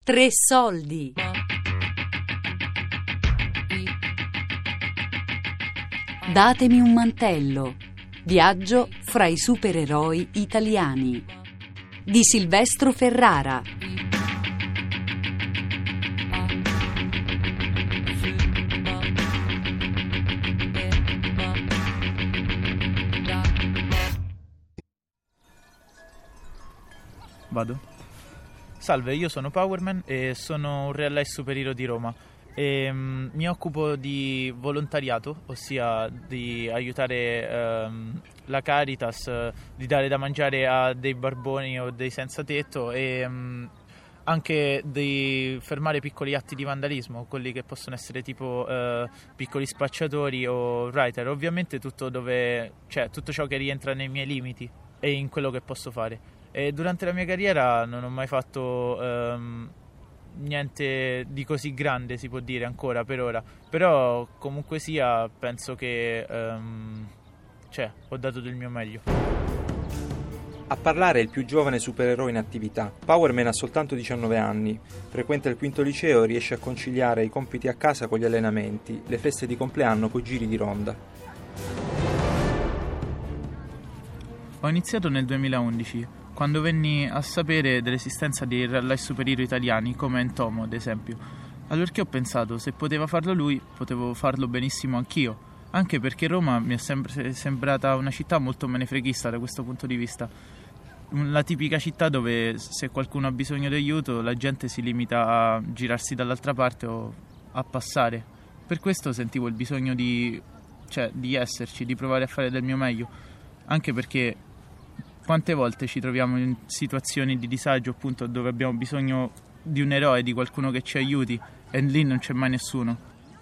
Tre soldi. Datemi un mantello. Viaggio fra i supereroi italiani di Silvestro Ferrara. Vado. Salve, io sono Powerman e sono un real life superhero di Roma e mi occupo di volontariato, ossia di aiutare la Caritas, di dare da mangiare a dei barboni o dei senza tetto e anche di fermare piccoli atti di vandalismo, quelli che possono essere tipo piccoli spacciatori o writer, ovviamente tutto ciò che rientra nei miei limiti e in quello che posso fare. E durante la mia carriera non ho mai fatto niente di così grande, si può dire ancora per ora, però comunque sia penso che ho dato del mio meglio. A parlare è il più giovane supereroe in attività. Powerman ha soltanto 19 anni, frequenta il quinto liceo e riesce a conciliare i compiti a casa con gli allenamenti, le feste di compleanno coi giri di ronda. Ho iniziato nel 2011, quando venni a sapere dell'esistenza dei real life superhero italiani come Entomo, ad esempio. Allorché ho pensato, se poteva farlo lui, potevo farlo benissimo anch'io, anche perché Roma mi è sempre sembrata una città molto menefreghista da questo punto di vista. La tipica città dove se qualcuno ha bisogno di aiuto la gente si limita a girarsi dall'altra parte o a passare. Per questo sentivo il bisogno di esserci, di provare a fare del mio meglio, anche perché quante volte ci troviamo in situazioni di disagio, appunto, dove abbiamo bisogno di un eroe, di qualcuno che ci aiuti, e lì non c'è mai nessuno.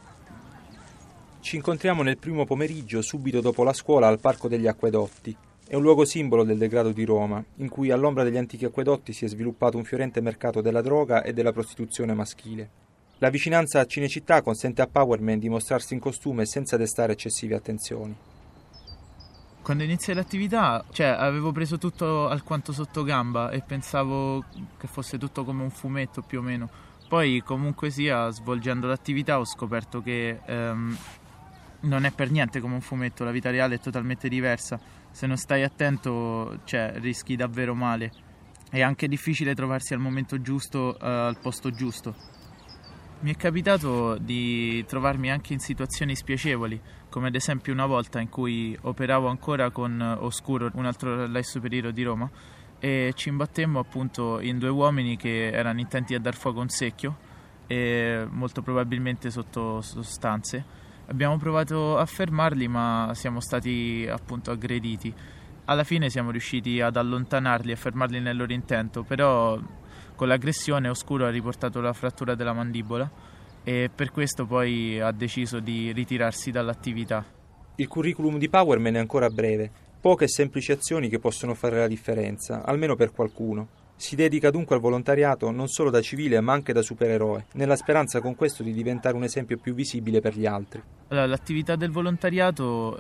Ci incontriamo nel primo pomeriggio, subito dopo la scuola, al Parco degli Acquedotti. È un luogo simbolo del degrado di Roma, in cui all'ombra degli antichi acquedotti si è sviluppato un fiorente mercato della droga e della prostituzione maschile. La vicinanza a Cinecittà consente a Powerman di mostrarsi in costume senza destare eccessive attenzioni. Quando iniziai l'attività, avevo preso tutto alquanto sotto gamba e pensavo che fosse tutto come un fumetto più o meno. Poi comunque sia, svolgendo l'attività ho scoperto che non è per niente come un fumetto, la vita reale è totalmente diversa. Se non stai attento, rischi davvero male. È anche difficile trovarsi al momento giusto, al posto giusto. Mi è capitato di trovarmi anche in situazioni spiacevoli, come ad esempio una volta in cui operavo ancora con Oscuro, un altro life superhero di Roma, e ci imbattemmo appunto in due uomini che erano intenti a dar fuoco a un secchio e molto probabilmente sotto sostanze. Abbiamo provato a fermarli, ma siamo stati appunto aggrediti. Alla fine siamo riusciti ad allontanarli e fermarli nel loro intento, però con l'aggressione Oscuro ha riportato la frattura della mandibola e per questo poi ha deciso di ritirarsi dall'attività. Il curriculum di Powerman è ancora breve, poche e semplici azioni che possono fare la differenza, almeno per qualcuno. Si dedica dunque al volontariato non solo da civile ma anche da supereroe, nella speranza con questo di diventare un esempio più visibile per gli altri. Allora, l'attività del volontariato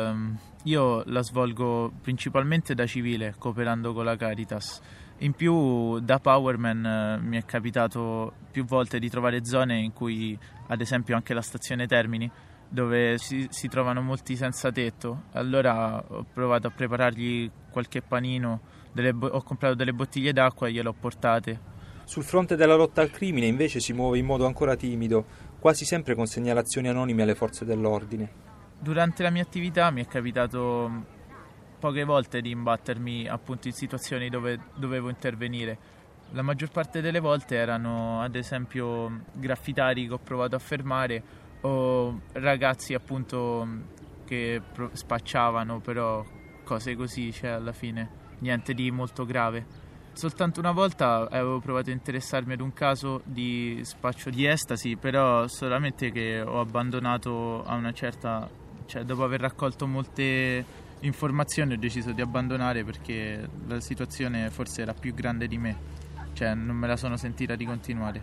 io la svolgo principalmente da civile, cooperando con la Caritas. In più da Powerman mi è capitato più volte di trovare zone in cui, ad esempio anche la stazione Termini, dove si trovano molti senza tetto. Allora ho provato a preparargli qualche panino, ho comprato delle bottiglie d'acqua e gliel'ho portate. Sul fronte della lotta al crimine invece si muove in modo ancora timido, quasi sempre con segnalazioni anonime alle forze dell'ordine. Durante la mia attività mi è capitato poche volte di imbattermi appunto in situazioni dove dovevo intervenire. La maggior parte delle volte erano ad esempio graffitari che ho provato a fermare o ragazzi appunto che spacciavano, però cose così, alla fine niente di molto grave. Soltanto una volta avevo provato a interessarmi ad un caso di spaccio di estasi, però solamente che ho abbandonato a una certa, dopo aver raccolto molte informazioni ho deciso di abbandonare perché la situazione forse era più grande di me, non me la sono sentita di continuare.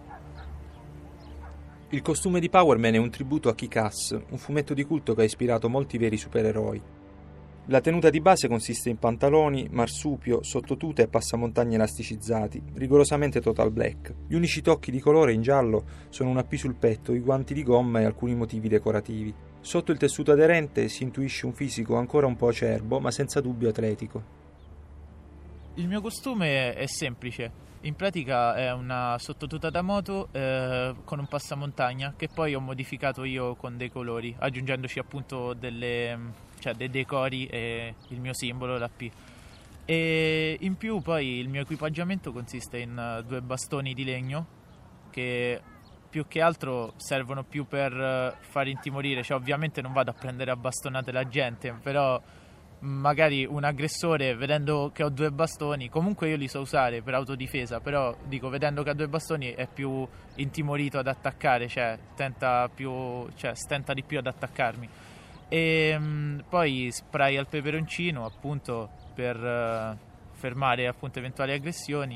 Il costume di Powerman è un tributo a Kick-Ass, un fumetto di culto che ha ispirato molti veri supereroi. La tenuta di base consiste in pantaloni, marsupio, sottotuta e passamontagna elasticizzati, rigorosamente total black. Gli unici tocchi di colore in giallo sono una P sul petto, i guanti di gomma e alcuni motivi decorativi. Sotto il tessuto aderente si intuisce un fisico ancora un po' acerbo, ma senza dubbio atletico. Il mio costume è semplice. In pratica è una sottotuta da moto con un passamontagna che poi ho modificato io con dei colori, aggiungendoci appunto dei decori e il mio simbolo, la P. E in più poi il mio equipaggiamento consiste in 2 bastoni di legno che più che altro servono più per far intimorire, cioè ovviamente non vado a prendere a bastonate la gente, però magari un aggressore vedendo che ho 2 bastoni, comunque io li so usare per autodifesa, però dico, vedendo che ha 2 bastoni è più intimorito ad attaccare, stenta di più ad attaccarmi. E poi spray al peperoncino appunto per fermare appunto eventuali aggressioni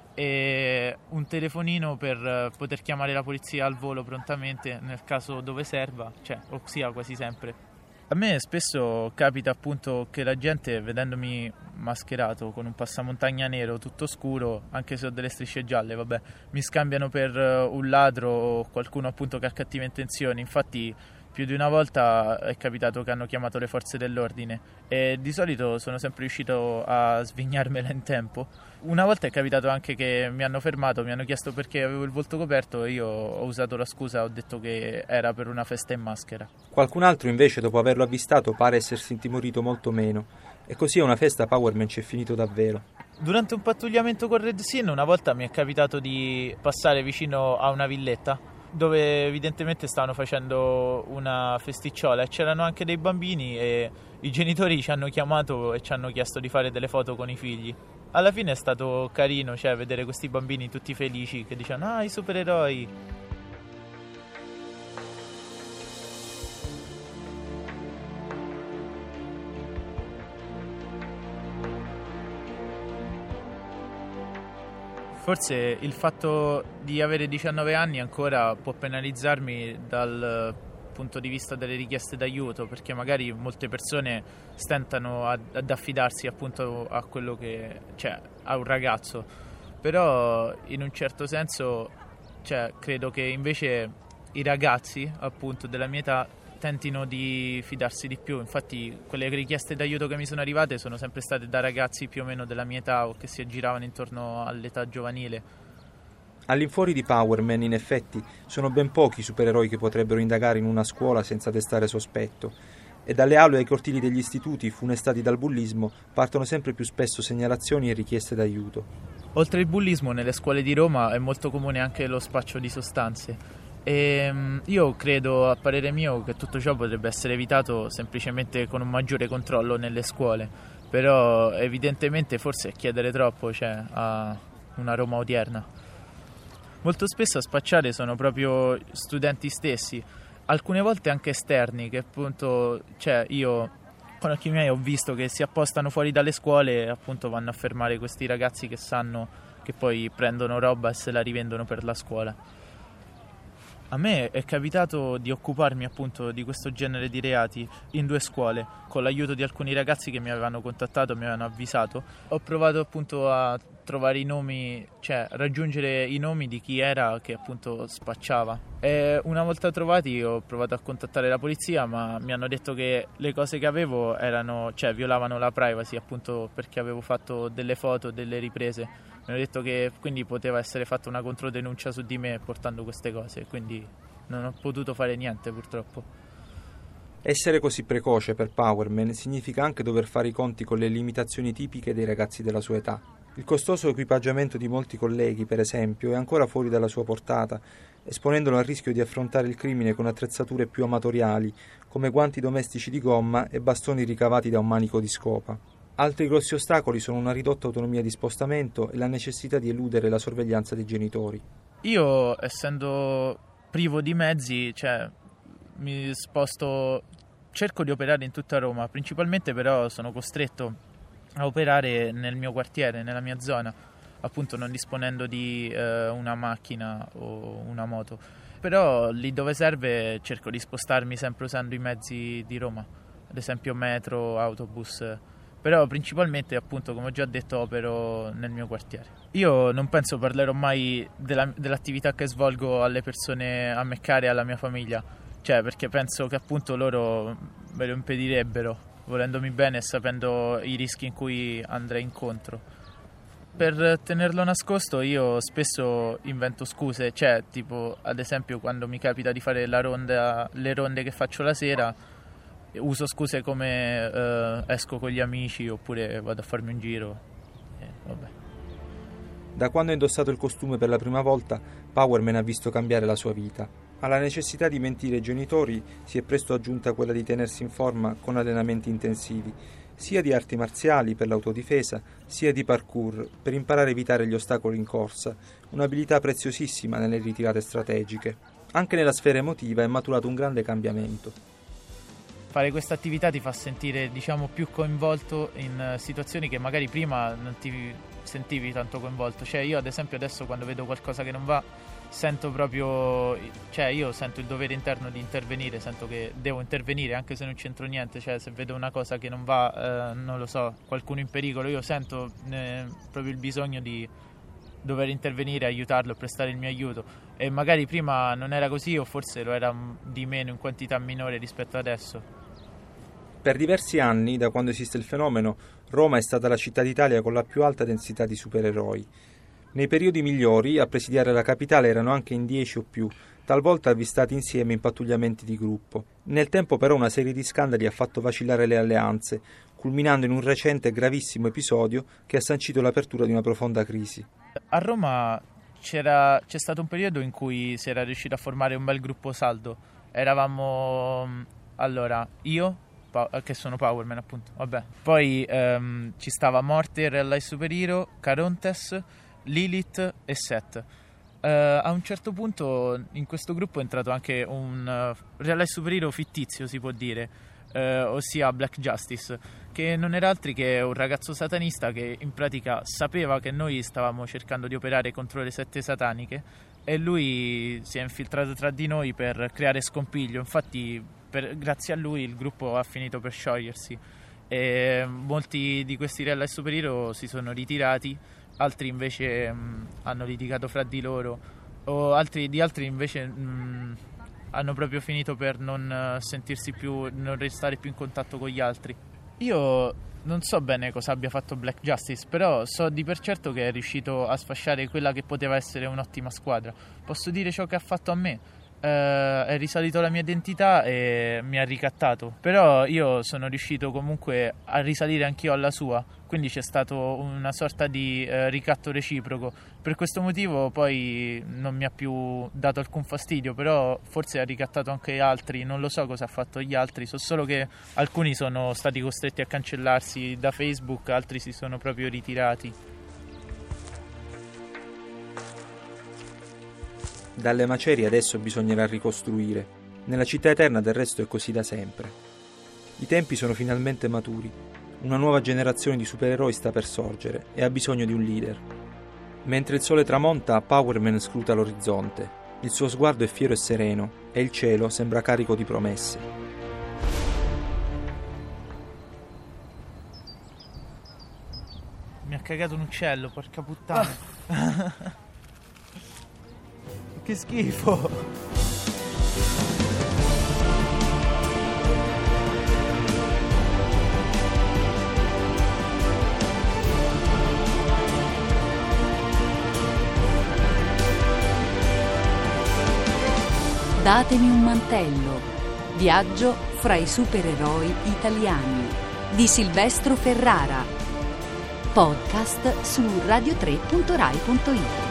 e un telefonino per poter chiamare la polizia al volo prontamente nel caso dove serva, ossia quasi sempre. A me spesso capita appunto che la gente, vedendomi mascherato con un passamontagna nero tutto scuro, anche se ho delle strisce gialle, mi scambiano per un ladro o qualcuno appunto che ha cattive intenzioni. Infatti più di una volta è capitato che hanno chiamato le forze dell'ordine e di solito sono sempre riuscito a svignarmela in tempo. Una volta è capitato anche che mi hanno fermato, mi hanno chiesto perché avevo il volto coperto e io ho usato la scusa, ho detto che era per una festa in maschera. Qualcun altro invece, dopo averlo avvistato, pare essersi intimorito molto meno, e così a una festa Powerman ci è finito davvero. Durante un pattugliamento con Red Sin una volta mi è capitato di passare vicino a una villetta dove evidentemente stavano facendo una festicciola e c'erano anche dei bambini e i genitori ci hanno chiamato e ci hanno chiesto di fare delle foto con i figli. Alla fine è stato carino, vedere questi bambini tutti felici che dicevano i supereroi. Forse il fatto di avere 19 anni ancora può penalizzarmi dal punto di vista delle richieste d'aiuto, perché magari molte persone stentano ad affidarsi appunto a quello che a un ragazzo, però in un certo senso credo che invece i ragazzi appunto della mia età tentino di fidarsi di più. Infatti quelle richieste d'aiuto che mi sono arrivate sono sempre state da ragazzi più o meno della mia età o che si aggiravano intorno all'età giovanile. All'infuori di Powerman, in effetti, sono ben pochi i supereroi che potrebbero indagare in una scuola senza destare sospetto, e dalle aule ai cortili degli istituti, funestati dal bullismo, partono sempre più spesso segnalazioni e richieste d'aiuto. Oltre il bullismo, nelle scuole di Roma è molto comune anche lo spaccio di sostanze. E io credo, a parere mio, che tutto ciò potrebbe essere evitato semplicemente con un maggiore controllo nelle scuole, però evidentemente forse è chiedere troppo a una Roma odierna. Molto spesso a spacciare sono proprio studenti stessi, alcune volte anche esterni, che appunto io con occhi miei ho visto che si appostano fuori dalle scuole e appunto vanno a fermare questi ragazzi che sanno che poi prendono roba e se la rivendono per la scuola. A me è capitato di occuparmi appunto di questo genere di reati in 2 scuole, con l'aiuto di alcuni ragazzi che mi avevano contattato, mi avevano avvisato. Ho provato appunto a trovare i nomi, raggiungere i nomi di chi era che appunto spacciava. E una volta trovati ho provato a contattare la polizia, ma mi hanno detto che le cose che avevo violavano la privacy, appunto perché avevo fatto delle foto, delle riprese. Mi hanno detto che quindi poteva essere fatta una controdenuncia su di me portando queste cose, quindi non ho potuto fare niente purtroppo. Essere così precoce per Powerman significa anche dover fare i conti con le limitazioni tipiche dei ragazzi della sua età. Il costoso equipaggiamento di molti colleghi, per esempio, è ancora fuori dalla sua portata, esponendolo al rischio di affrontare il crimine con attrezzature più amatoriali, come guanti domestici di gomma e bastoni ricavati da un manico di scopa. Altri grossi ostacoli sono una ridotta autonomia di spostamento e la necessità di eludere la sorveglianza dei genitori. Io, essendo privo di mezzi, mi sposto, cerco di operare in tutta Roma, principalmente però sono costretto a operare nel mio quartiere, nella mia zona, appunto non disponendo di una macchina o una moto. Però lì dove serve cerco di spostarmi sempre usando i mezzi di Roma. ad esempio metro, autobus, però principalmente, appunto, come ho già detto, opero nel mio quartiere. Io non penso parlerò mai dell'attività che svolgo alle persone a me care e alla mia famiglia, cioè perché penso che appunto loro me lo impedirebbero, volendomi bene e sapendo i rischi in cui andrei incontro. Per tenerlo nascosto io spesso invento scuse, cioè tipo ad esempio quando mi capita di fare le ronde che faccio la sera, uso scuse come esco con gli amici oppure vado a farmi un giro e vabbè. Da quando ha indossato il costume per la prima volta, Powerman ha visto cambiare la sua vita. Alla necessità di mentire ai genitori si è presto aggiunta quella di tenersi in forma con allenamenti intensivi, sia di arti marziali per l'autodifesa, sia di parkour per imparare a evitare gli ostacoli in corsa, un'abilità preziosissima nelle ritirate strategiche. Anche nella sfera emotiva è maturato un grande cambiamento. Fare questa attività ti fa sentire, diciamo, più coinvolto in situazioni che magari prima non ti sentivi tanto coinvolto. Cioè io ad esempio adesso quando vedo qualcosa che non va sento proprio, cioè io sento il dovere interno di intervenire, sento che devo intervenire anche se non c'entro niente, cioè se vedo una cosa che non va, non lo so, qualcuno in pericolo, io sento proprio il bisogno di dover intervenire, aiutarlo, prestare il mio aiuto, e magari prima non era così o forse lo era di meno, in quantità minore rispetto adesso. Per diversi anni, da quando esiste il fenomeno, Roma è stata la città d'Italia con la più alta densità di supereroi. Nei periodi migliori, a presidiare la capitale erano anche in 10 o più, talvolta avvistati insieme in pattugliamenti di gruppo. Nel tempo però una serie di scandali ha fatto vacillare le alleanze, culminando in un recente e gravissimo episodio che ha sancito l'apertura di una profonda crisi. A Roma c'è stato un periodo in cui si era riuscito a formare un bel gruppo saldo. Eravamo, allora, io, che sono Powerman appunto, vabbè. Poi ci stava Morte, Real Life Super Hero, Carontes, Lilith e Seth. A un certo punto in questo gruppo è entrato anche un Real Life Super Hero fittizio, si può dire, ossia Black Justice, che non era altri che un ragazzo satanista che in pratica sapeva che noi stavamo cercando di operare contro le sette sataniche e lui si è infiltrato tra di noi per creare scompiglio. Infatti grazie a lui il gruppo ha finito per sciogliersi e molti di questi Real Life Super Hero si sono ritirati, altri invece hanno litigato fra di loro, o altri invece hanno proprio finito per non sentirsi più, non restare più in contatto con gli altri. Io non so bene cosa abbia fatto Black Justice, però so di per certo che è riuscito a sfasciare quella che poteva essere un'ottima squadra. Posso dire ciò che ha fatto a me? È risalito alla mia identità e mi ha ricattato, però io sono riuscito comunque a risalire anch'io alla sua, quindi c'è stato una sorta di ricatto reciproco. Per questo motivo poi non mi ha più dato alcun fastidio, però forse ha ricattato anche altri, non lo so cosa ha fatto gli altri, so solo che alcuni sono stati costretti a cancellarsi da Facebook, altri si sono proprio ritirati. Dalle macerie adesso bisognerà ricostruire. Nella città eterna del resto è così da sempre. I tempi sono finalmente maturi. Una nuova generazione di supereroi sta per sorgere e ha bisogno di un leader. Mentre il sole tramonta, Powerman scruta l'orizzonte. Il suo sguardo è fiero e sereno e il cielo sembra carico di promesse. Mi ha cagato un uccello, porca puttana. Che schifo! Datemi un mantello. Viaggio fra i supereroi italiani di Silvestro Ferrara. Podcast su radio3.rai.it.